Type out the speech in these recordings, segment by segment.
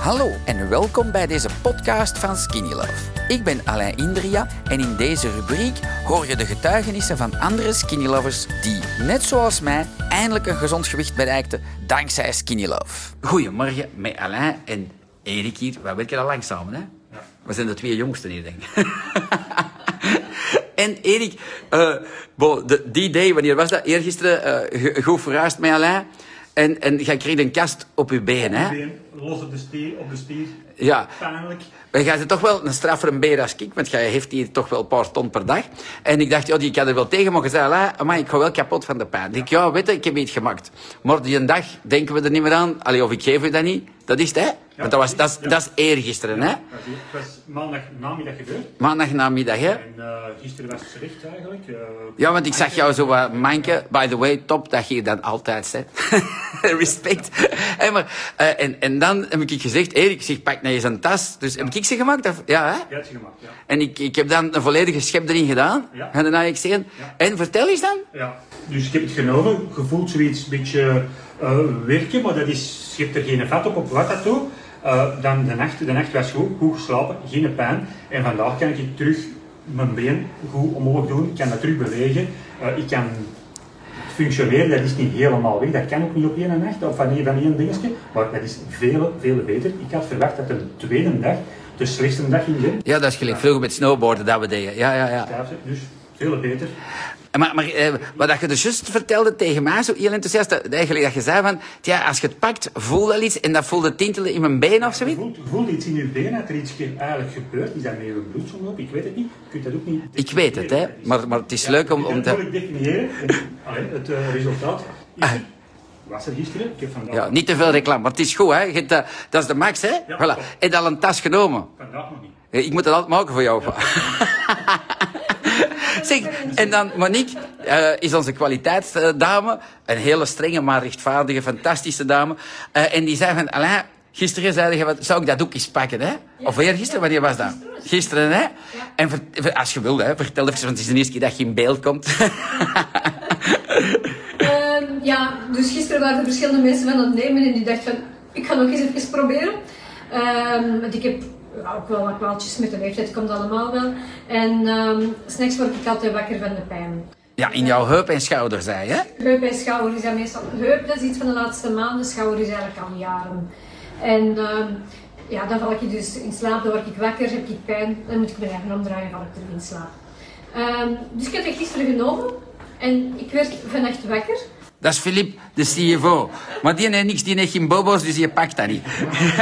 Hallo en welkom bij deze podcast van Skinny Love. Ik ben Alain Indria en in deze rubriek hoor je de getuigenissen van andere Skinny Lovers die, net zoals mij, eindelijk een gezond gewicht bereikten dankzij Skinny Love. Goedemorgen, met Alain en Erik hier. We werken al lang samen, hè? Ja. We zijn de twee jongsten hier, denk ik. En Erik, die day, wanneer was dat? Eergisteren, goed verhuisd met Alain. En jij kreeg een kast op je been, hè? Los op de stier. Ja. Pijnlijk. Maar jij bent toch wel een straffer beer als ik, want jij heeft hier toch wel een paar ton per dag. En ik dacht, ja, die kan er wel tegen, maar je zei, maar ik ga wel kapot van de pijn. Ik denk, ja, weet je, ik heb iets gemaakt. Maar die een dag denken we er niet meer aan. Allee, of ik geef je dat niet. Dat is het, hè? Ja, want dat is eergisteren, hè? Het was maandag namiddag gebeurd. Maandag namiddag, hè? En gisteren was het slecht eigenlijk. Ja, want ik zag jou zo wat manken. By the way, top dat je hier dan altijd zet. Respect. En dan heb ik gezegd, Erik, zeg, pak nou eens een tas. Dus heb ik ze gemaakt? Of? Ja, hè? Ja, het is gemaakt, ja. En ik heb dan een volledige schep erin gedaan. Ja. En daarna ik zeggen. Ja. En vertel eens dan. Ja. Dus ik heb het genomen. Je voelt zoiets een beetje werken, maar dat is, je hebt er geen vat op wat dat toe. Dan de nacht was goed geslapen, geen pijn. En vandaag kan ik terug mijn been goed omhoog doen. Ik kan dat terug bewegen. Ik kan functioneren, dat is niet helemaal weg. Dat kan ook niet op één nacht, of van één dingetje. Maar dat is veel beter. Ik had verwacht dat de tweede dag de slechtste dag ging zijn. Ja, dat is gelijk vroeger met snowboarden dat we deden. Ja. Dus veel beter. Maar wat dat je dus juist vertelde tegen mij, zo heel enthousiast, eigenlijk dat je zei van, ja, als je het pakt, voel dat iets en dat voelde tintelen in mijn been of zoiets? Je voelt iets in je been, dat er iets eigenlijk gebeurt. Is dat met je bloedsomloop? Ik weet het niet. Je kunt dat ook niet Ik weet het, hè. Maar het is leuk om te... te... Dat wil ik definiëren. Het resultaat was er gisteren. Ik heb vandaag... Ja, niet te veel reclame, maar het is goed, hè. Dat is de max, hè. Ja, voilà. Heb je al een tas genomen? Vandaag nog niet. Ik moet het altijd maken voor jou. Ja. Zeg, en dan Monique is onze kwaliteitsdame. Een hele strenge, maar rechtvaardige, fantastische dame. En die zei van, Alain, gisteren zei je, zou ik dat ook eens pakken, hè? Ja. Of eergisteren, wanneer was dat? Gisteren, hè? Ja. En als je wil, hè, vertel even, want het is de eerste keer dat je in beeld komt. Ja, dus gisteren waren er verschillende mensen van het nemen en die dachten van, ik ga nog eens even proberen. Want ik heb ook wel wat kwaaltjes met de leeftijd, komt allemaal wel. En 's nachts word ik altijd wakker van de pijn. Ja, in jouw heup en schouder, zei je, hè? Heup en schouder is dat meestal. Heup, dat is iets van de laatste maanden, schouder is eigenlijk al jaren. En ja, dan val ik dus in slaap, dan word ik wakker, heb ik pijn, dan moet ik me eigen omdraaien en val ik terug in slaap. Dus ik heb het gisteren genomen en ik werd vannacht wakker. Dat is Philippe, de CFO. Maar die heeft niks, die heeft geen bobo's, dus je pakt dat niet.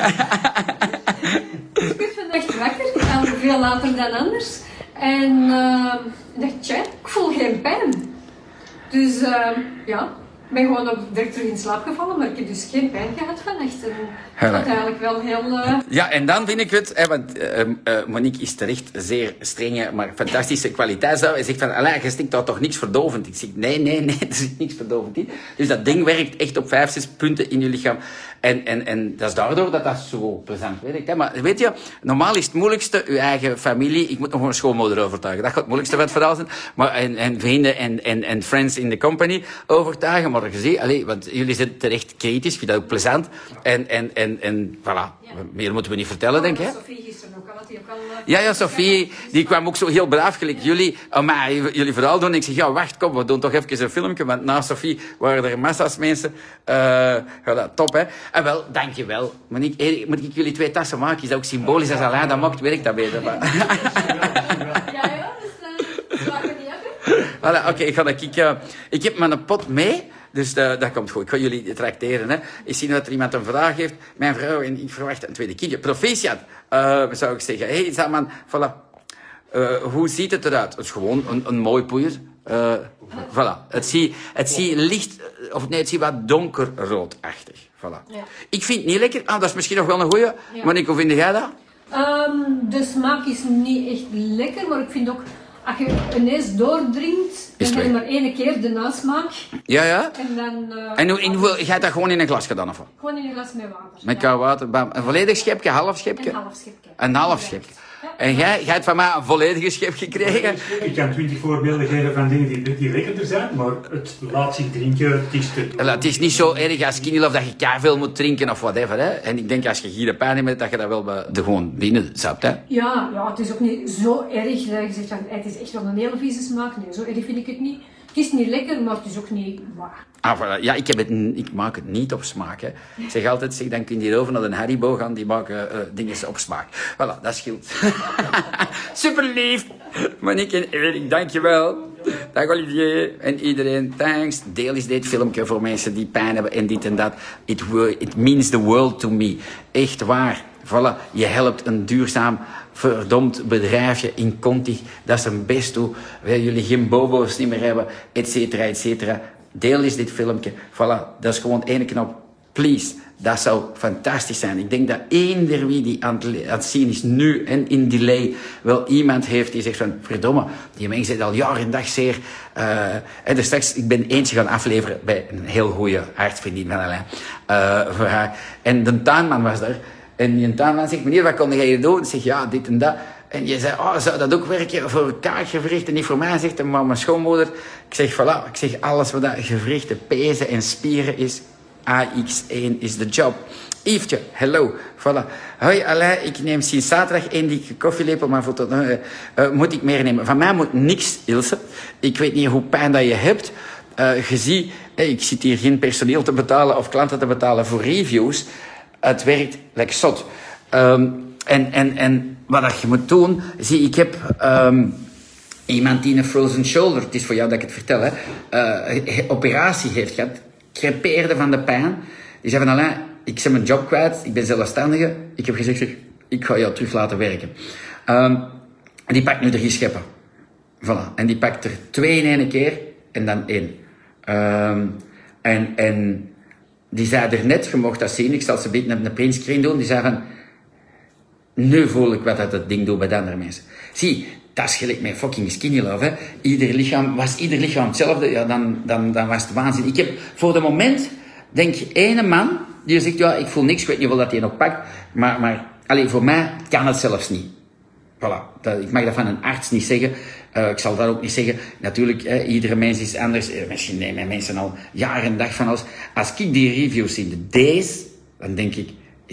Ik werd vannacht wakker, veel later dan anders. En ik dacht, tja, ik voel geen pijn. Dus ja, ik ben gewoon ook direct terug in slaap gevallen, maar ik heb dus geen pijn gehad vannacht. En dat is eigenlijk wel heel... Ja, en dan vind ik het, hè, want Monique is terecht zeer strenge, maar fantastische kwaliteitsdame. Hij zegt van, Alain, je stikt daar toch niks verdovend? Ik zeg, nee, er zit niks verdovend in. Dus dat ding werkt echt op 5-6 punten in je lichaam. En dat is daardoor dat zo plezant werkt. Hè. Maar weet je, normaal is het moeilijkste je eigen familie. Ik moet nog mijn schoonmoeder overtuigen. Dat gaat het moeilijkste van het verhaal zijn. Maar, en vrienden en friends in the company overtuigen. Maar je ziet, want jullie zijn terecht kritisch. Ik vind dat ook plezant. En voilà. Ja. Meer moeten we niet vertellen, denk ik. Hè? Sophie gisteren ook al, had die ook al... Ja, Sophie, die kwam ook zo heel braaf, gelijk jullie, jullie verhaal doen. Ik zeg, ja, wacht, kom, we doen toch even een filmpje, want na Sophie waren er massa's mensen. Voilà, top, hè. En wel, dankjewel. Moet ik jullie 2 tassen maken? Is dat ook symbolisch? Als Alain dat maakt, werkt dat beter. Ja, dus slagen we niet af, hè. Voilà, oké, ik heb mijn pot mee. Dus dat komt goed. Ik ga jullie tracteren. Hè. Ik zie dat er iemand een vraag heeft. Mijn vrouw en ik verwacht een tweede kindje. Proficiat, zou ik zeggen. Hey, Zaman, voilà. Hoe ziet het eruit? Het is gewoon een mooi poeier. Voilà. Het zie licht, of nee, het zie wat donkerroodachtig. Voilà. Ja. Ik vind het niet lekker. Dat is misschien nog wel een goeie. Ja. Monique, hoe vind jij dat? De smaak is niet echt lekker, maar ik vind ook, als je ineens doordringt, Dan heb je maar 1 keer de nasmaak. Ja? En dan... En hoeveel, ga je dat gewoon in een glas gedaan of wat? Gewoon in een glas met water. Met koud water, bam. Een volledig schepje, half schepje? Een half schepje. Een half schepje. En jij hebt van mij een volledige schep gekregen? Ik kan 20 voorbeelden geven van dingen die lekkerder zijn, maar het laat zich drinken, het is te doen. Het is niet zo erg als Skinny Love dat je veel moet drinken of whatever. Hè? En ik denk als je hier de pijn hebt, dat je dat wel de gewoon binnen zapt. Hè? Ja, het is ook niet zo erg dat je zegt van het is echt wel een hele vieze smaak. Nee, zo erg vind ik het niet. Het is niet lekker, maar het is ook niet waar. Voilà. Ja, ik maak het niet op smaak. Hè. Ik zeg altijd, dan kun je over naar een Haribo gaan, die maken dingen op smaak. Voilà, dat scheelt. Super lief. Monique en Erik, dankjewel. Dag Olivier en iedereen, thanks. Deel eens dit filmpje voor mensen die pijn hebben en dit en dat. It means the world to me. Echt waar. Voilà, je helpt een duurzaam, verdomd bedrijfje in Conti dat zijn best doet. Wil jullie geen bobo's niet meer hebben, et cetera, et cetera. Deel eens dit filmpje. Voilà, dat is gewoon 1 knop. Please, dat zou fantastisch zijn. Ik denk dat eender wie die aan het zien is nu en in delay wel iemand heeft die zegt van verdomme, die mens zit al jaar en dag zeer. En dus straks, ik ben eentje gaan afleveren bij een heel goede aardsvriendin van Alain. Voor haar. En de tuinman was daar. En die tuinman zegt, meneer, wat kon jij hier doen? Ik zeg, ja, dit en dat. En je zei, zou dat ook werken voor het kaartgewricht en niet voor mij? Zegt maar mijn schoonmoeder. Ik zeg, voilà, ik zeg, alles wat dat gewrichten, pezen en spieren is, AX1 is de job. Yvetje, hello, voilà. Hoi Alain, ik neem sinds zaterdag 1 dikke koffielepel, maar voor tot, moet ik meer nemen? Van mij moet niks, Ilse. Ik weet niet hoe pijn dat je hebt. Je ziet, ik zit hier geen personeel te betalen of klanten te betalen voor reviews. Het werkt like zot. En wat dat je moet doen, zie, ik heb iemand die een frozen shoulder, het is voor jou dat ik het vertel, operatie heeft gehad, crepeerde van de pijn. Die zei van, Alain, ik ben mijn job kwijt, ik ben zelfstandige. Ik heb gezegd, ik ga jou terug laten werken. En die pakt nu 3 scheppen. Voilà. En die pakt er 2 in 1 keer en dan 1. En die zei er net, je mocht dat zien, ik zal ze een beetje een printscreen doen, die zei van, nu voel ik wat dat ding doet bij de andere mensen. Zie, dat is gelijk met fucking Skinny Love, hè. Ieder lichaam hetzelfde, ja, dan was het waanzin. Ik heb voor de moment, denk je, 1 man die zegt, ja, ik voel niks, ik weet niet wel dat hij nog pakt, maar allez, voor mij kan het zelfs niet. Voilà, ik mag dat van een arts niet zeggen. Ik zal dat ook niet zeggen. Natuurlijk, iedere mens is anders. Misschien nemen mensen al jaren en dag van alles. Als ik die reviews zie, deze, dan denk ik,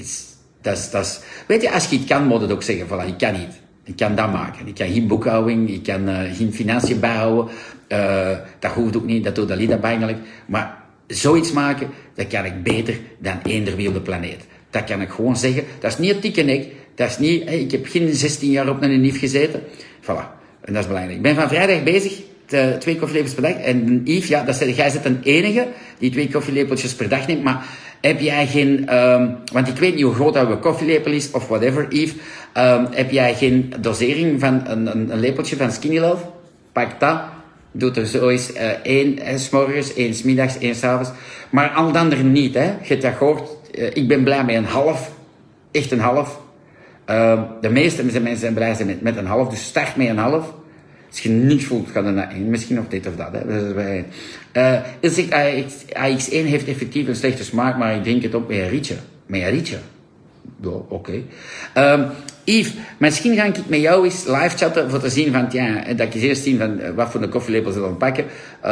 weet je, als je het kan, moet het ook zeggen, voilà, ik kan niet. Ik kan dat maken. Ik kan geen boekhouding, ik kan geen financiën bijhouden. Dat hoeft ook niet, dat doet Alida eigenlijk. Maar zoiets maken, dat kan ik beter dan eender wie op de planeet. Dat kan ik gewoon zeggen. Dat is niet een dikke nek. Dat is niet, ik heb geen 16 jaar op een NIF gezeten. Voilà. En dat is belangrijk. Ik ben van vrijdag bezig. 2 koffielepels per dag. En Yves, ja, jij bent een enige die 2 koffielepeltjes per dag neemt. Maar heb jij geen, want ik weet niet hoe groot dat een koffielepel is of whatever, Yves. Heb jij geen dosering van een lepeltje van Skinny Love? Pak dat. Doe er zo eens 1 's morgens, 1 's middags, 1 's avonds. Maar al dan er niet, hè. Je hebt dat gehoord. Ik ben blij met een half. Echt een half. De meeste mensen zijn blij met een half. Dus start met een half. Als je niets voelt, ga dan naar 1. Misschien nog dit of dat. Hè. Dat is bij 1. Het zegt, AX1 heeft effectief een slechte smaak, maar ik drink het op met een rietje. Met een rietje. Ja, oké. Yves, misschien ga ik met jou eens live chatten voor te zien van, ja, dat ik eens eerst zien van wat voor een koffielepel ze dan pakken.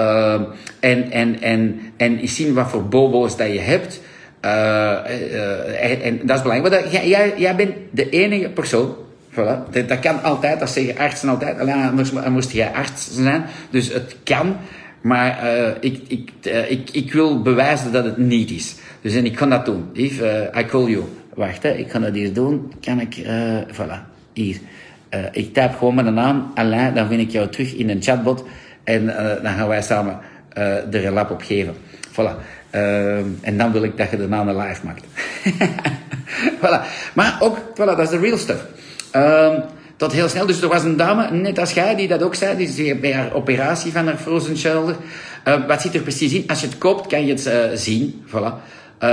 En eens zien wat voor bobo's dat je hebt. En dat is belangrijk. Maar jij bent de enige persoon. Voilà. Dat kan altijd, dat zeggen artsen altijd. Alleen anders moest jij arts zijn. Dus het kan. Maar ik wil bewijzen dat het niet is. Dus en ik ga dat doen. Yves, I call you. Wacht, hè, ik ga dat hier doen. Kan ik... voilà. Hier. Ik type gewoon mijn naam. Alain, dan vind ik jou terug in een chatbot. En dan gaan wij samen er een lap op geven. Voilà. En dan wil ik dat je de naam live maakt. Voilà. Maar ook, voilà, dat is de real stuff. Tot heel snel. Dus er was een dame, net als jij, die dat ook zei. Die bij haar operatie van haar frozen shoulder. Wat zit er precies in? Als je het koopt, kan je het zien. Voilà.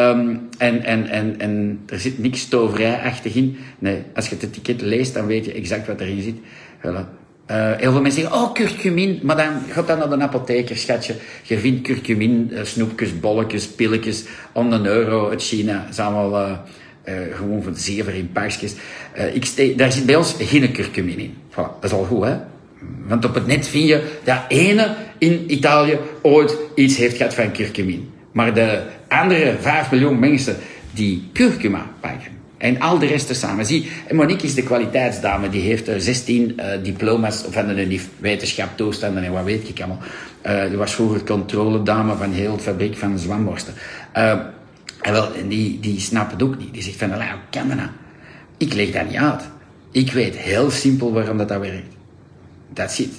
En er zit niks toverijachtig in. Nee, als je het etiket leest, dan weet je exact wat erin zit. Voilà. Heel veel mensen zeggen, oh, curcumin. Maar dan gaat dan naar de apotheker, schatje. Je vindt curcumin, snoepjes, bolletjes, pilletjes, om €1 uit China. Dat is allemaal gewoon van zever in pakjes. Daar zit bij ons geen curcumin in. Voilà, dat is al goed, hè? Want op het net vind je dat ene in Italië ooit iets heeft gehad van curcumin. Maar de andere 5 miljoen mensen die curcuma pakken. En al de rest samen. Zie, Monique is de kwaliteitsdame. Die heeft 16 diploma's van de UNIF. Wetenschap, toestanden en wat weet ik allemaal. Die was vroeger controledame van heel de fabriek van zwamworsten. En die snapt het ook niet. Die zegt van, hoe kan dat nou? Ik leg dat niet uit. Ik weet heel simpel waarom dat werkt. That's it.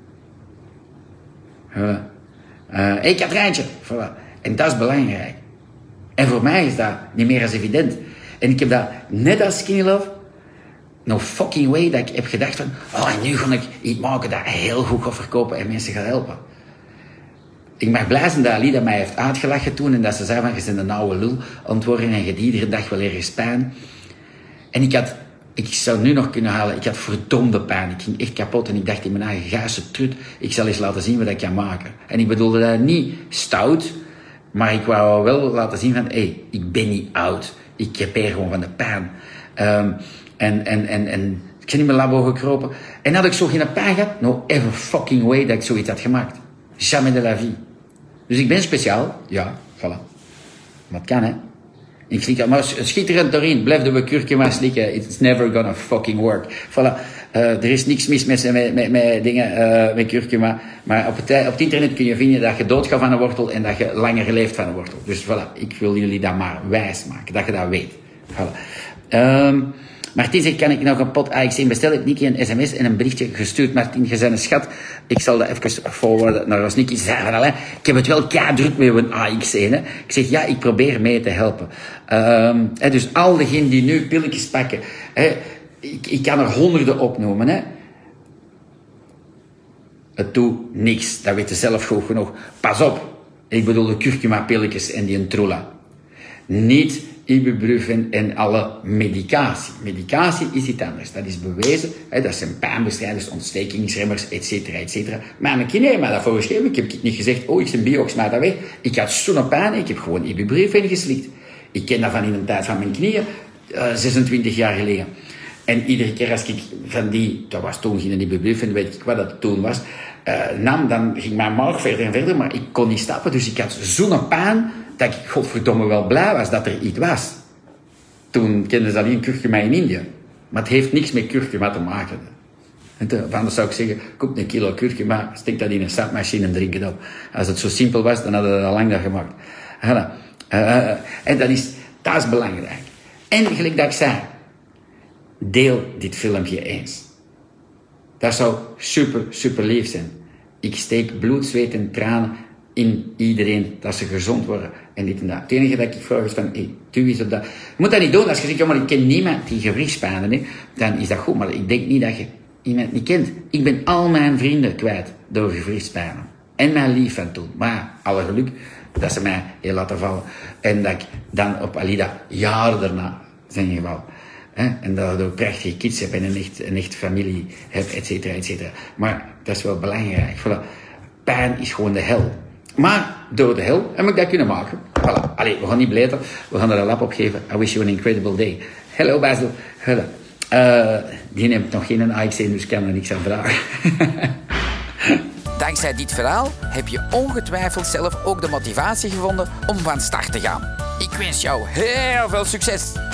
Hey, Katrijntje. Voilà. En dat is belangrijk. En voor mij is dat niet meer als evident. En ik heb dat net als Skinny Love, no fucking way, dat ik heb gedacht van, en nu ga ik iets maken dat heel goed gaat verkopen en mensen gaat helpen. Ik mag blij zijn dat Alida mij heeft uitgelachen toen en dat ze zei van, je bent een oude lul antwoorden en je hebt iedere dag wel ergens pijn. En ik zou nu nog kunnen halen, ik had verdomde pijn. Ik ging echt kapot en ik dacht in mijn eigen gaase trut, ik zal eens laten zien wat ik kan maken. En ik bedoelde dat niet stout, maar ik wou wel laten zien van, ik ben niet oud. Ik crepeer gewoon van de pijn. En ik ben in mijn labo gekropen. En had ik zo geen pijn gehad, no ever fucking way dat ik zoiets had gemaakt. Jamais de la vie. Dus ik ben speciaal, ja, voilà. Maar het kan, hè. Ik slik dat, maar schitterend doorheen. Blijf de curcuma slikken. It's never gonna fucking work. Voilà. Er is niks mis met dingen, met curcuma. Maar op het internet kun je vinden dat je doodgaat van een wortel en dat je langer leeft van een wortel. Dus voilà, ik wil jullie dat maar wijs maken. Dat je dat weet. Voilà. Martien zegt, kan ik nog een pot AXC bestellen? Ik heb Nicky een sms en een berichtje gestuurd. Martien, je bent een schat. Ik zal dat even forwarden naar als Nicky zei van, ik heb het wel druk met een AXC. Hè. Ik zeg, ja, ik probeer mee te helpen. Dus al diegenen die nu pilletjes pakken, ik kan er honderden opnoemen. Hè. Het doet niks. Dat weet je zelf goed genoeg. Pas op. Ik bedoel de curcuma-pilletjes en die Trula. Niet ibuprofen en alle medicatie. Medicatie is iets anders. Dat is bewezen. Dat zijn pijnbestrijders, ontstekingsremmers, etc. Maar mijn kinderen hebben mij dat voorgeschreven. Ik heb niet gezegd, ik ben biox, maar dat weg. Ik had zo'n pijn, ik heb gewoon ibuprofen geslikt. Ik ken dat van in de tijd van mijn knieën, 26 jaar geleden. En iedere keer als ik van dat was toen geen ibuprofen, weet ik wat dat toen was, nam, dan ging mijn maag verder en verder, maar ik kon niet stappen. Dus ik had zo'n pijn, dat ik godverdomme wel blij was dat er iets was. Toen kenden ze alleen curcuma in India. Maar het heeft niks met curcuma te maken. Anders zou ik zeggen, koop een kilo curcuma, steek dat in een sapmachine en drink het op. Als het zo simpel was, dan hadden we dat al lang dat gemaakt. En dat is belangrijk. En gelijk dat ik zei, deel dit filmpje eens. Dat zou super, super lief zijn. Ik steek bloed, zweet en tranen in iedereen, dat ze gezond worden en dit en dat. Het enige dat ik vraag is van, doe eens op dat. Je moet dat niet doen. Als je zegt, maar ik ken niemand die gewrichtspijnen heeft, dan is dat goed. Maar ik denk niet dat je iemand niet kent. Ik ben al mijn vrienden kwijt door gewrichtspijnen. En mijn lief van toen. Maar alle geluk dat ze mij heel laten vallen. En dat ik dan op Alida, jaren daarna, zijn geval. En dat ik prachtige kids heb en een echt familie heb, et cetera. Maar dat is wel belangrijk. Voilà. Pijn is gewoon de hel. Maar door de hel heb ik dat kunnen maken. Voilà. Allee, we gaan niet blijten. We gaan er een lap op geven. I wish you an incredible day. Hello Basil. Hello. Die neemt nog geen AXC, dus kan er niks aan vragen. Dankzij dit verhaal heb je ongetwijfeld zelf ook de motivatie gevonden om van start te gaan. Ik wens jou heel veel succes.